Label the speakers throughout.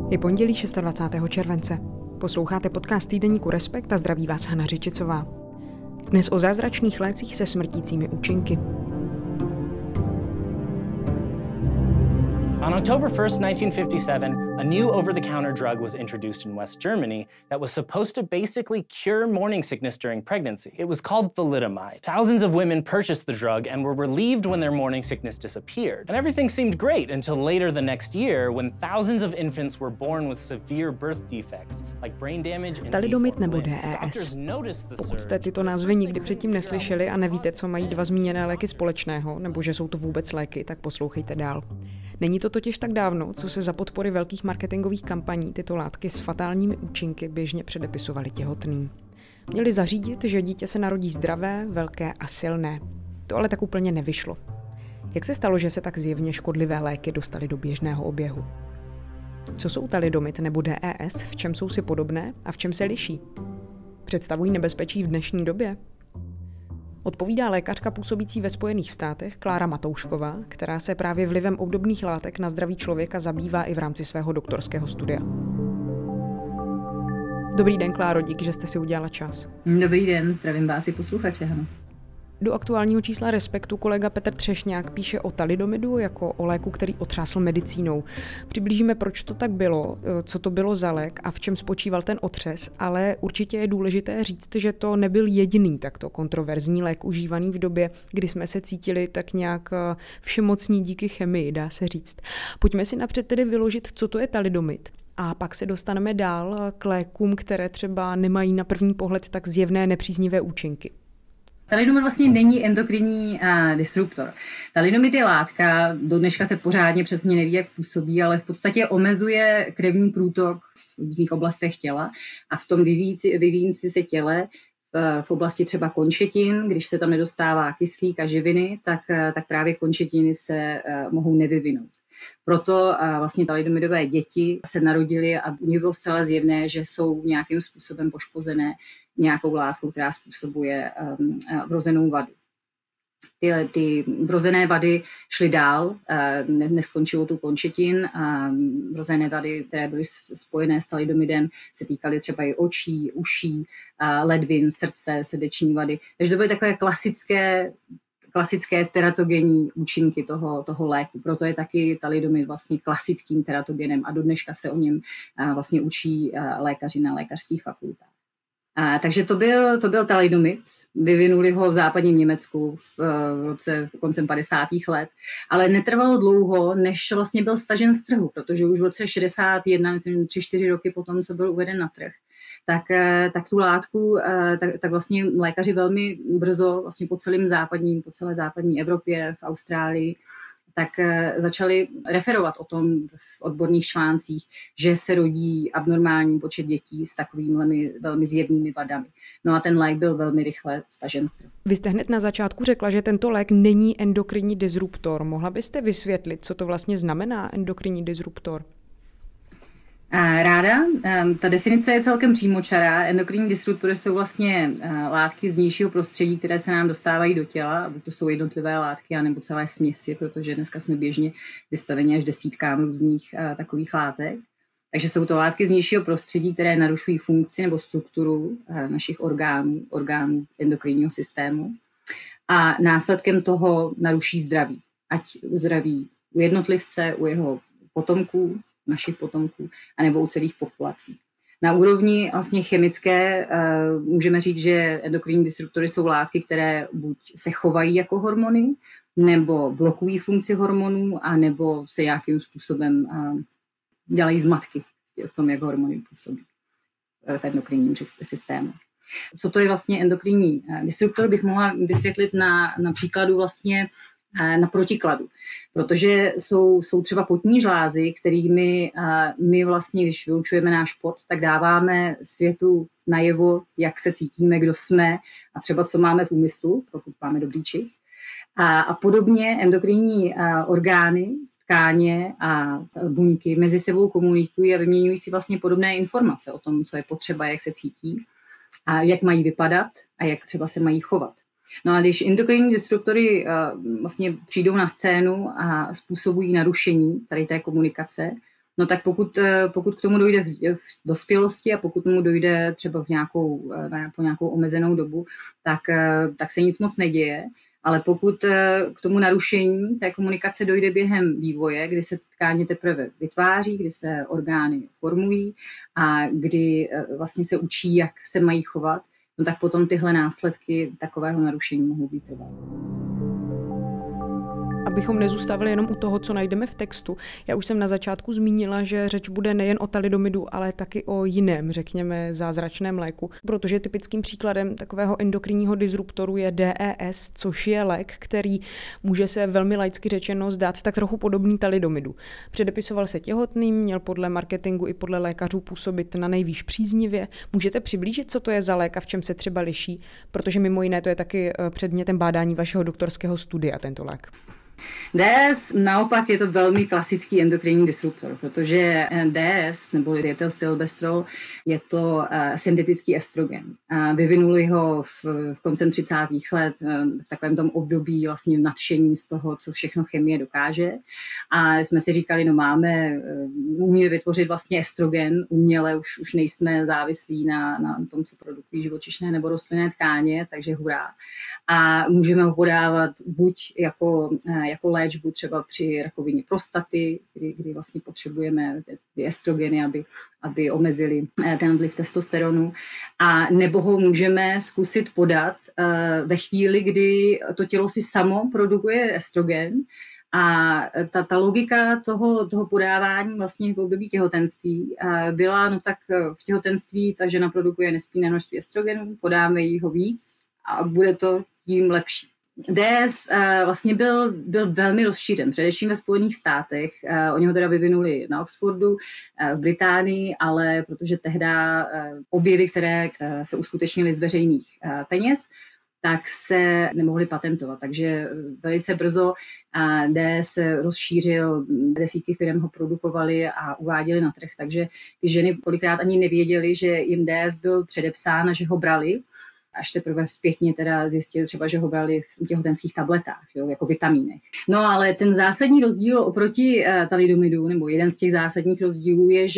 Speaker 1: Je pondělí 26. července. Posloucháte podcast týdeníku Respekt a zdraví vás Hana Řičicová. Dnes o zázračných lécích se smrtícími účinky.
Speaker 2: On October 1st, 1957, a new over-the-counter drug was introduced in West Germany that was supposed to basically cure morning sickness during pregnancy. It was called thalidomide. Thousands of women purchased the drug and were relieved when their morning sickness disappeared. And everything seemed great until later the next year when thousands of infants were born with severe birth defects like brain damage and
Speaker 1: Talidomid nebo DES. Pokud jste tyto názvy nikdy předtím neslyšeli a nevíte, co mají dva zmíněné léky společného, nebo že jsou to vůbec léky, tak poslouchejte dál. Není to totiž tak dávno, co se za podpory velkých marketingových kampaní tyto látky s fatálními účinky běžně předepisovaly těhotným. Měli zařídit, že dítě se narodí zdravé, velké a silné. To ale tak úplně nevyšlo. Jak se stalo, že se tak zjevně škodlivé léky dostaly do běžného oběhu? Co jsou talidomid nebo DES, v čem jsou si podobné a v čem se liší? Představují nebezpečí v dnešní době? Odpovídá lékařka působící ve Spojených státech Klára Matoušková, která se právě vlivem obdobných látek na zdraví člověka zabývá i v rámci svého doktorského studia. Dobrý den, Kláro, díky, že jste si udělala čas.
Speaker 3: Dobrý den, zdravím vás i posluchače, Hano.
Speaker 1: Do aktuálního čísla Respektu kolega Petr Třešňák píše o talidomidu jako o léku, který otřásl medicínou. Přiblížíme, proč to tak bylo, co to bylo za lék a v čem spočíval ten otřes, ale určitě je důležité říct, že to nebyl jediný takto kontroverzní lék užívaný v době, kdy jsme se cítili tak nějak všemocní díky chemii, dá se říct. Pojďme si napřed tedy vyložit, co to je talidomid. A pak se dostaneme dál k lékům, které třeba nemají na první pohled tak zjevné nepříznivé účinky.
Speaker 3: Talidomid vlastně není endokrinní disruptor. Talidomid je látka, do dneška se pořádně přesně neví, jak působí, ale v podstatě omezuje krevní průtok v různých oblastech těla a v tom vyvíjící se těle v oblasti třeba končetin, když se tam nedostává kyslík a živiny, tak právě končetiny se mohou nevyvinout. Proto vlastně talidomidové děti se narodily a u nich bylo zcela zjevné, že jsou nějakým způsobem poškozené nějakou látkou, která způsobuje vrozenou vadu. Ty vrozené vady šly dál, neskončilo tu končetin. Vrozené vady, které byly spojené s talidomidem, se týkaly třeba i očí, uší, ledvin, srdce, srdeční vady. Takže to byly takové klasické teratogenní účinky toho léku. Proto je taky talidomid vlastně klasickým teratogenem a do dneška se o něm vlastně učí lékaři na lékařských fakultách. Takže to byl talidomid. Vyvinuli ho v západním Německu v roce koncem 50. let, ale netrvalo dlouho, než vlastně byl stažen z trhu, protože už v roce 61, myslím 3-4 roky potom, co byl uveden na trh, tak tu látku, tak vlastně lékaři velmi brzo vlastně po celé západní Evropě, v Austrálii, tak začali referovat o tom v odborných článcích, že se rodí abnormální počet dětí s takovými velmi zjevnými vadami. No a ten lék byl velmi rychle stažen z trhu.
Speaker 1: Vy jste hned na začátku řekla, že tento lék není endokrinní disruptor. Mohla byste vysvětlit, co to vlastně znamená endokrinní disruptor?
Speaker 3: Ráda. Ta definice je celkem přímočará. Endokrinní disruptory jsou vlastně látky z vnějšího prostředí, které se nám dostávají do těla, buď to jsou jednotlivé látky, anebo celé směsi, protože dneska jsme běžně vystaveni až desítkám různých takových látek. Takže jsou to látky z vnějšího prostředí, které narušují funkci nebo strukturu našich orgánů endokrinního systému a následkem toho naruší zdraví. Ať zdraví u jednotlivce, u jeho potomků, našich potomků, anebo u celých populací. Na úrovni vlastně chemické můžeme říct, že endokrinní disruptory jsou látky, které buď se chovají jako hormony, nebo blokují funkci hormonů, anebo se nějakým způsobem dělají zmatky v tom, jak hormony působí v endokrinním systému. Co to je vlastně endokrinní disruptor, bych mohla vysvětlit na příkladu vlastně na protikladu. Protože jsou třeba potní žlázy, kterými my vlastně, když vyučujeme náš pot, tak dáváme světu najevo, jak se cítíme, kdo jsme a třeba co máme v úmyslu, pokud máme dobrý čich. A podobně endokrinní orgány, tkáně a buňky mezi sebou komunikují a vyměňují si vlastně podobné informace o tom, co je potřeba, jak se cítí a jak mají vypadat a jak třeba se mají chovat. No a když endokrinní disruptory vlastně přijdou na scénu a způsobují narušení tady té komunikace, No tak pokud k tomu dojde v dospělosti a pokud tomu dojde třeba po nějakou omezenou dobu, tak se nic moc neděje. Ale pokud k tomu narušení té komunikace dojde během vývoje, kdy se tkáně teprve vytváří, kdy se orgány formují a kdy vlastně se učí, jak se mají chovat, no tak potom tyhle následky takového narušení mohou být trvalé.
Speaker 1: Abychom nezůstávali jenom u toho, co najdeme v textu. Já už jsem na začátku zmínila, že řeč bude nejen o talidomidu, ale taky o jiném, řekněme, zázračném léku, protože typickým příkladem takového endokrinního disruptoru je DES, což je lék, který může se velmi laicky řečeno zdát tak trochu podobný talidomidu. Předepisoval se těhotným, měl podle marketingu i podle lékařů působit na nejvýš příznivě. Můžete přiblížit, co to je za lék a v čem se třeba liší? Protože mimo jiné to je taky předmětem bádání vašeho doktorského studia, tento lék.
Speaker 3: DES naopak je to velmi klasický endokrinní disruptor, protože DES nebo diethylstilbestrol je to syntetický estrogen. Vyvinuli ho v koncem 30. let v takovém tom období vlastně nadšení z toho, co všechno chemie dokáže. A jsme si říkali, umíme vytvořit vlastně estrogen uměle, už nejsme závislí na tom, co produkují živočišné nebo rostlinné tkáně, takže hurá. A můžeme ho podávat buď jako léčbu třeba při rakovině prostaty, kdy vlastně potřebujeme ty estrogeny, aby omezili ten vliv testosteronu, a nebo ho můžeme zkusit podat ve chvíli, kdy to tělo si samo produkuje estrogen. A ta logika toho podávání vlastně v období těhotenství byla, tak v těhotenství ta žena produkuje nesmírné množství estrogenů, podáme jí ho víc a bude to tím lepší. DES vlastně byl velmi rozšířen, především ve Spojených státech. Oni ho teda vyvinuli na Oxfordu, v Británii, ale protože tehdy objevy, které se uskutečnily z veřejných peněz, tak se nemohli patentovat. Takže velice brzo DES se rozšířil, desítky firm ho produkovali a uváděli na trh, takže ty ženy kolikrát ani nevěděly, že jim DES byl předepsán a že ho brali. Až teprve zpětně teda zjistili třeba, že ho brali v těhotenských tabletách, jako vitamínech. No ale ten zásadní rozdíl oproti talidomidu, nebo jeden z těch zásadních rozdílů je,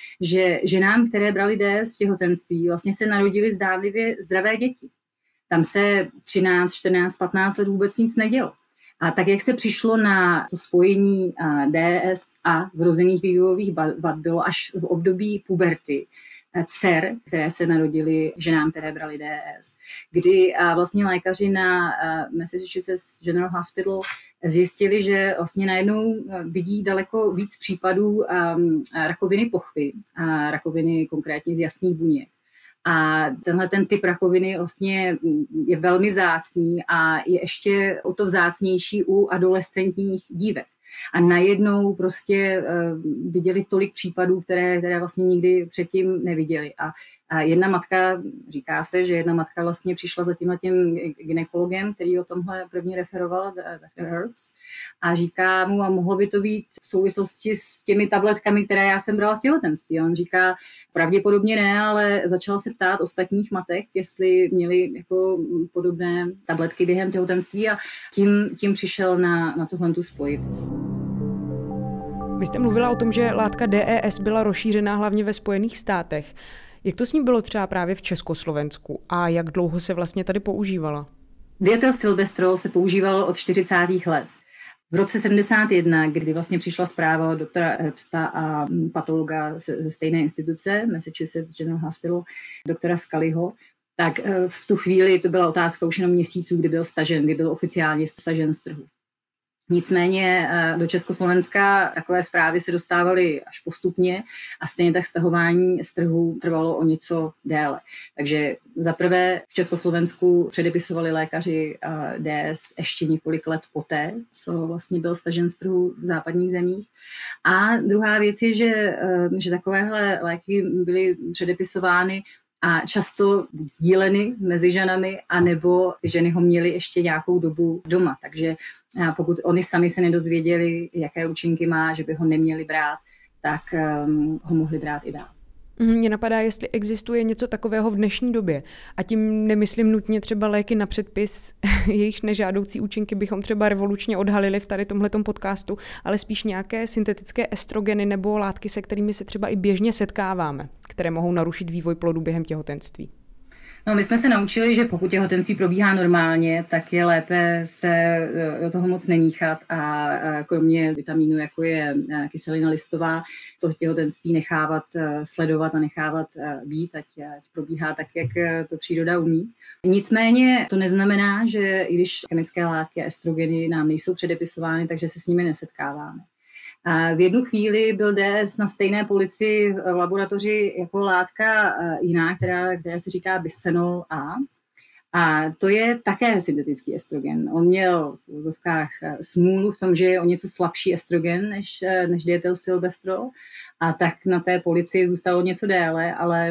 Speaker 3: že ženám, které brali DES v těhotenství, vlastně se narodily zdánlivě zdravé děti. Tam se 13, 14, 15 let vůbec nic nedělo. A tak, jak se přišlo na to spojení DES a vrozených vývojových vad, bylo až v období puberty dcer, které se narodily ženám, které brali DES, kdy vlastně lékaři na Massachusetts General Hospital zjistili, že vlastně najednou vidí daleko víc případů rakoviny pochvy, rakoviny konkrétně z jasných buněk. A ten typ rakoviny vlastně je velmi vzácný a je ještě o to vzácnější u adolescentních dívek. A najednou prostě viděli tolik případů, které vlastně nikdy předtím neviděli. A jedna matka, říká se, že jedna matka vlastně přišla za tím gynekologem, který o tomhle první referoval, Dr. Herbs, a říká mu, a mohlo by to být v souvislosti s těmi tabletkami, které já jsem brala v těhotenství. A on říká, pravděpodobně ne, ale začala se ptát ostatních matek, jestli měli jako podobné tabletky během těhotenství, a tím přišel na tuhle tu spojitost.
Speaker 1: Vy jste mluvila o tom, že látka DES byla rozšířená hlavně ve Spojených státech. Jak to s ním bylo třeba právě v Československu a jak dlouho se vlastně tady používala?
Speaker 3: Diethylstilbestrol se používalo od 40. let. V roce 71, kdy vlastně přišla zpráva od doktora Herbsta a patologa ze stejné instituce, Massachusetts General Hospital, doktora Scullyho, tak v tu chvíli to byla otázka už jenom měsíců, kdy byl oficiálně stažen z trhu. Nicméně do Československa takové zprávy se dostávaly až postupně a stejně tak stahování z trhu trvalo o něco déle. Takže zaprvé v Československu předepisovali lékaři DES ještě několik let poté, co vlastně byl stažen z trhu v západních zemích. A druhá věc je, že takovéhle léky byly předepisovány a často sdíleny mezi ženami, anebo ty ženy ho měly ještě nějakou dobu doma. Takže pokud oni sami se nedozvěděli, jaké účinky má, že by ho neměli brát, tak ho mohli brát i dál.
Speaker 1: Mně napadá, jestli existuje něco takového v dnešní době. A tím nemyslím nutně třeba léky na předpis, jejichž nežádoucí účinky bychom třeba revolučně odhalili v tady tomhletom podcastu, ale spíš nějaké syntetické estrogeny nebo látky, se kterými se třeba i běžně setkáváme, které mohou narušit vývoj plodu během těhotenství.
Speaker 3: No, my jsme se naučili, že pokud těhotenství probíhá normálně, tak je lépe se do toho moc nemíchat a kromě vitamínu, jako je kyselina listová, to těhotenství nechávat sledovat a nechávat být, ať probíhá tak, jak to příroda umí. Nicméně to neznamená, že i když chemické látky a estrogeny nám nejsou předepisovány, takže se s nimi nesetkáváme. A v jednu chvíli byl DS na stejné polici v laboratoři jako látka jiná, která se říká bisfenol A. A to je také syntetický estrogen. On měl v úzovkách smůlu v tom, že je o něco slabší estrogen než dietylstilbestrol. A tak na té polici zůstalo něco déle, ale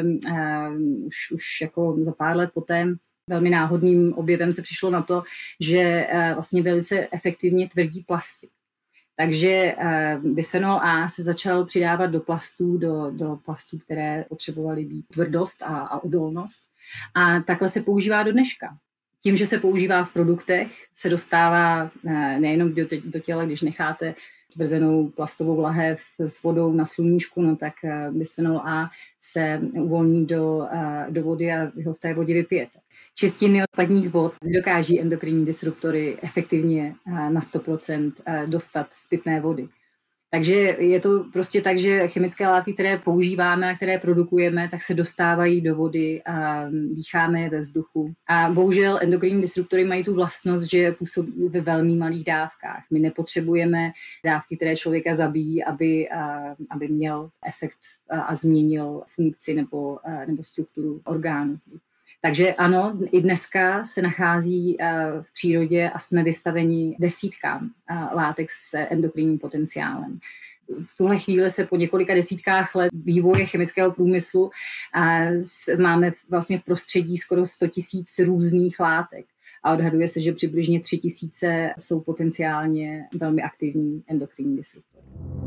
Speaker 3: už jako za pár let poté velmi náhodným objevem se přišlo na to, že vlastně velice efektivně tvrdí plasty. Takže bisfenol A se začal přidávat do plastů, do plastů, které potřebovaly být tvrdost a odolnost. A takhle se používá do dneška. Tím, že se používá v produktech, se dostává nejenom do těla, když necháte tvrzenou plastovou lahev s vodou na sluníčku, no tak bisfenol A se uvolní do vody a vy ho v té vodě vypijete. Čistiny odpadních vod dokáží endokrinní disruptory efektivně na 100% dostat z pitné vody. Takže je to prostě tak, že chemické látky, které používáme a které produkujeme, tak se dostávají do vody a dýcháme je ve vzduchu. A bohužel endokrinní disruptory mají tu vlastnost, že působí ve velmi malých dávkách. My nepotřebujeme dávky, které člověka zabíjí, aby měl efekt a změnil funkci nebo strukturu orgánů. Takže ano, i dneska se nachází v přírodě a jsme vystaveni desítkám látek s endokrinním potenciálem. V tuhle chvíli se po několika desítkách let vývoje chemického průmyslu máme vlastně v prostředí skoro 100 000 různých látek. A odhaduje se, že přibližně 3 000 jsou potenciálně velmi aktivní endokrinní disruptory.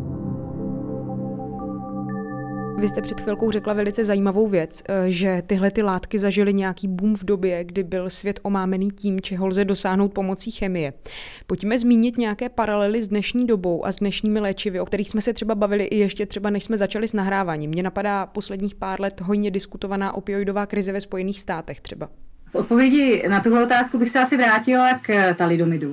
Speaker 1: Vy jste před chvilkou řekla velice zajímavou věc, že tyhle ty látky zažily nějaký boom v době, kdy byl svět omámený tím, čeho lze dosáhnout pomocí chemie. Pojďme zmínit nějaké paralely s dnešní dobou a s dnešními léčivy, o kterých jsme se třeba bavili i ještě třeba než jsme začali s nahráváním. Mně napadá posledních pár let hojně diskutovaná opioidová krize ve Spojených státech třeba.
Speaker 3: V odpovědi na tuhle otázku bych se asi vrátila k talidomidu.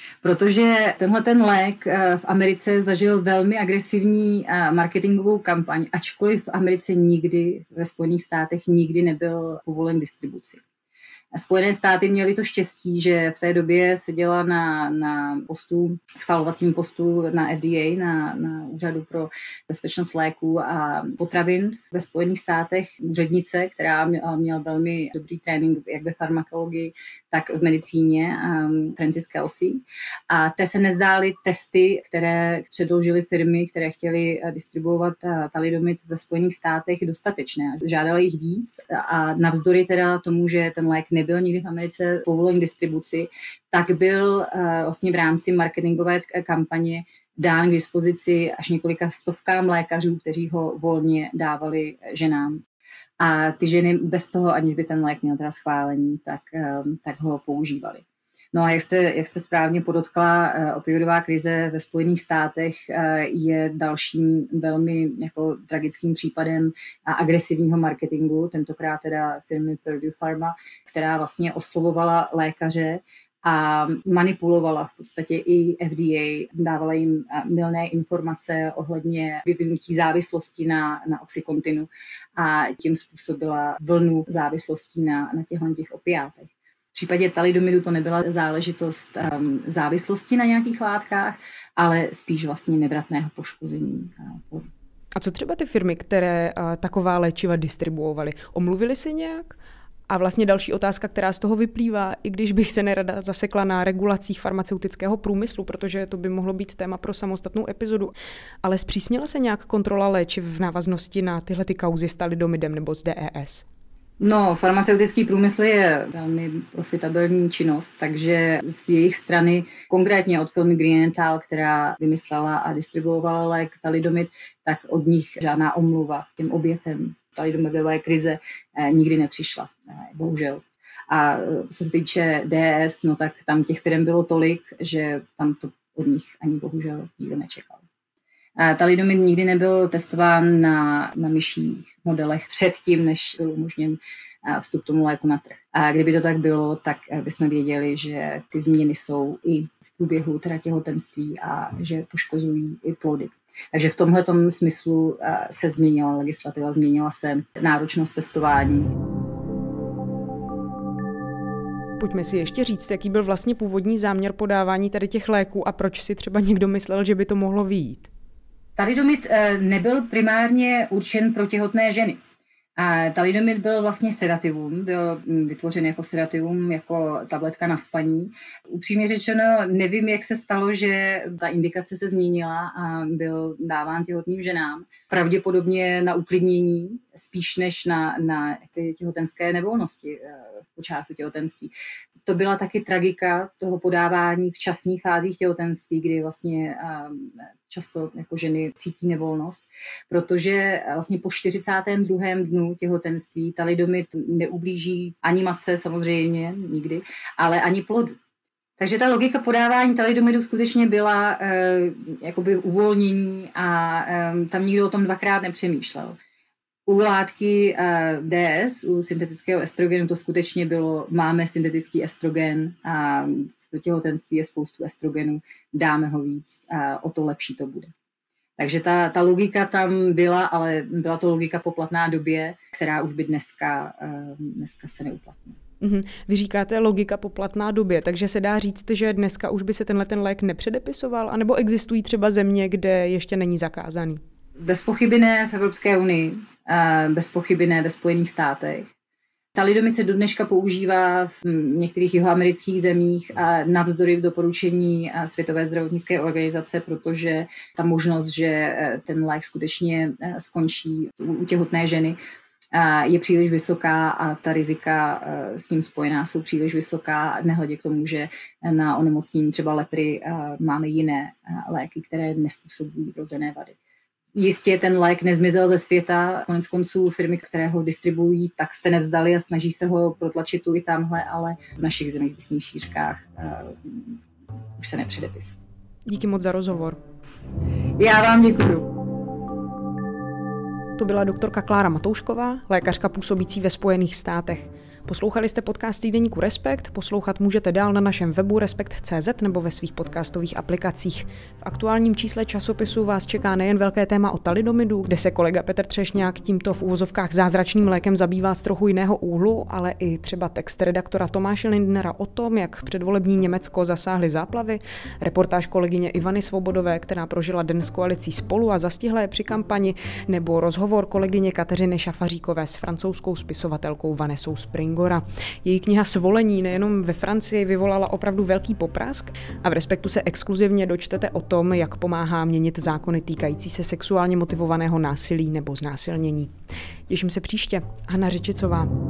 Speaker 3: Protože ten lék v Americe zažil velmi agresivní marketingovou kampaň, ačkoliv v Americe ve Spojených státech nikdy nebyl povolen distribuci. Spojené státy měly to štěstí, že v té době seděla na schvalovacím postu na FDA, na Úřadu pro bezpečnost léků a potravin ve Spojených státech, úřednice, která měla velmi dobrý trénink jak ve farmakologii, tak v medicíně, Frances Kelsey. A té se nezdály testy, které předložily firmy, které chtěly distribuovat talidomid ve Spojených státech, dostatečné. Žádala jich víc a navzdory teda tomu, že ten lék nebyl nikdy v Americe povolen distribuci, tak byl vlastně v rámci marketingové kampaně dán k dispozici až několika stovkám lékařů, kteří ho volně dávali ženám. A ty ženy bez toho, aniž by ten lék měl teda schválení, tak ho používali. No a jak se správně podotkla, opioidová krize ve Spojených státech je dalším velmi jako tragickým případem agresivního marketingu, tentokrát teda firmy Purdue Pharma, která vlastně oslovovala lékaře a manipulovala v podstatě i FDA, dávala jim mylné informace ohledně vyvinutí závislosti na Oxycontinu a tím způsobila vlnu závislostí na těch opiátech. V případě talidomidu to nebyla záležitost závislosti na nějakých látkách, ale spíš vlastně nevratného poškození.
Speaker 1: A co třeba ty firmy, které taková léčiva distribuovaly? Omluvily se nějak? A vlastně další otázka, která z toho vyplývá, i když bych se nerada zasekla na regulacích farmaceutického průmyslu, protože to by mohlo být téma pro samostatnou epizodu, ale zpřísnila se nějak kontrola léčiv v návaznosti na tyhle ty kauzy s talidomidem nebo s DES?
Speaker 3: No, farmaceutický průmysl je velmi profitabilní činnost, takže z jejich strany, konkrétně od firmy Grünenthal, která vymyslela a distribuovala lék thalidomid, tak od nich žádná omluva těm obětem thalidomidové krize nikdy nepřišla, bohužel. A co se týče DS, no tak tam těch firm bylo tolik, že tam to od nich ani bohužel nikdo nečekal. Thalidomid nikdy nebyl testován na myších modelech předtím, než byl umožněn vstup tomu léku na trh. A kdyby to tak bylo, tak bychom věděli, že ty změny jsou i v průběhu teda těhotenství a že poškozují i plody. Takže v tomhletom smyslu se změnila legislativa, změnila se náročnost testování.
Speaker 1: Pojďme si ještě říct, jaký byl vlastně původní záměr podávání tady těch léků a proč si třeba někdo myslel, že by to mohlo vyjít.
Speaker 3: Thalidomid nebyl primárně určen pro těhotné ženy. Thalidomid byl vlastně sedativum, byl vytvořen jako sedativum, jako tabletka na spaní. Upřímně řečeno, nevím, jak se stalo, že ta indikace se změnila a byl dáván těhotným ženám. Pravděpodobně na uklidnění, spíš než na ty těhotenské nevolnosti v počátku těhotenství. To byla taky tragika toho podávání v časných fázích těhotenství, kdy vlastně často jako ženy cítí nevolnost, protože vlastně po 42. dnu těhotenství thalidomid neublíží ani matce samozřejmě nikdy, ale ani plodu. Takže ta logika podávání thalidomidu skutečně byla jakoby uvolnění a tam nikdo o tom dvakrát nepřemýšlel. U látky DS, u syntetického estrogenu, to skutečně bylo, máme syntetický estrogen a v těhotenství je spoustu estrogenu, dáme ho víc, o to lepší to bude. Takže ta logika tam byla, ale byla to logika po platná době, která už by dneska se neuplatní.
Speaker 1: Vy říkáte logika po platná době, takže se dá říct, že dneska už by se ten lék nepředepisoval, anebo existují třeba země, kde ještě není zakázaný?
Speaker 3: Bez pochyby ne v Evropské unii, bez pochyby ne ve Spojených státech. Thalidomid se do dneška používá v některých jihoamerických zemích a navzdory v doporučení Světové zdravotnické organizace, protože ta možnost, že ten lék skutečně skončí u těhotné ženy, je příliš vysoká a ta rizika s ním spojená jsou příliš vysoká, nehledě k tomu, že na onemocnění třeba lepry máme jiné léky, které nezpůsobují vrozené vady. Jistě ten lék nezmizel ze světa, konec konců firmy, které ho distribuují, tak se nevzdali a snaží se ho protlačit tu i tamhle, ale v našich zeměpisných šířkách už se nepředepisuje.
Speaker 1: Díky moc za rozhovor.
Speaker 3: Já vám děkuju.
Speaker 1: To byla doktorka Klára Matoušková, lékařka působící ve Spojených státech. Poslouchali jste podcast týdeníku Respekt, poslouchat můžete dál na našem webu respekt.cz nebo ve svých podcastových aplikacích. V aktuálním čísle časopisu vás čeká nejen velké téma o thalidomidu, kde se kolega Petr Třešňák tímto v uvozovkách zázračným lékem zabývá z trochu jiného úhlu, ale i třeba text redaktora Tomáše Lindnera o tom, jak předvolební Německo zasáhly záplavy, reportáž kolegyně Ivany Svobodové, která prožila den s koalicí Spolu a zastihla je při kampani, nebo rozhovor kolegyně Kateřiny Šafaříkové s francouzskou spisovatelkou Vanessou Springora. Její kniha Svolení nejenom ve Francii vyvolala opravdu velký poprask a v Respektu se exkluzivně dočtete o tom, jak pomáhá měnit zákony týkající se sexuálně motivovaného násilí nebo znásilnění. Těším se příště. Hana Řečicová.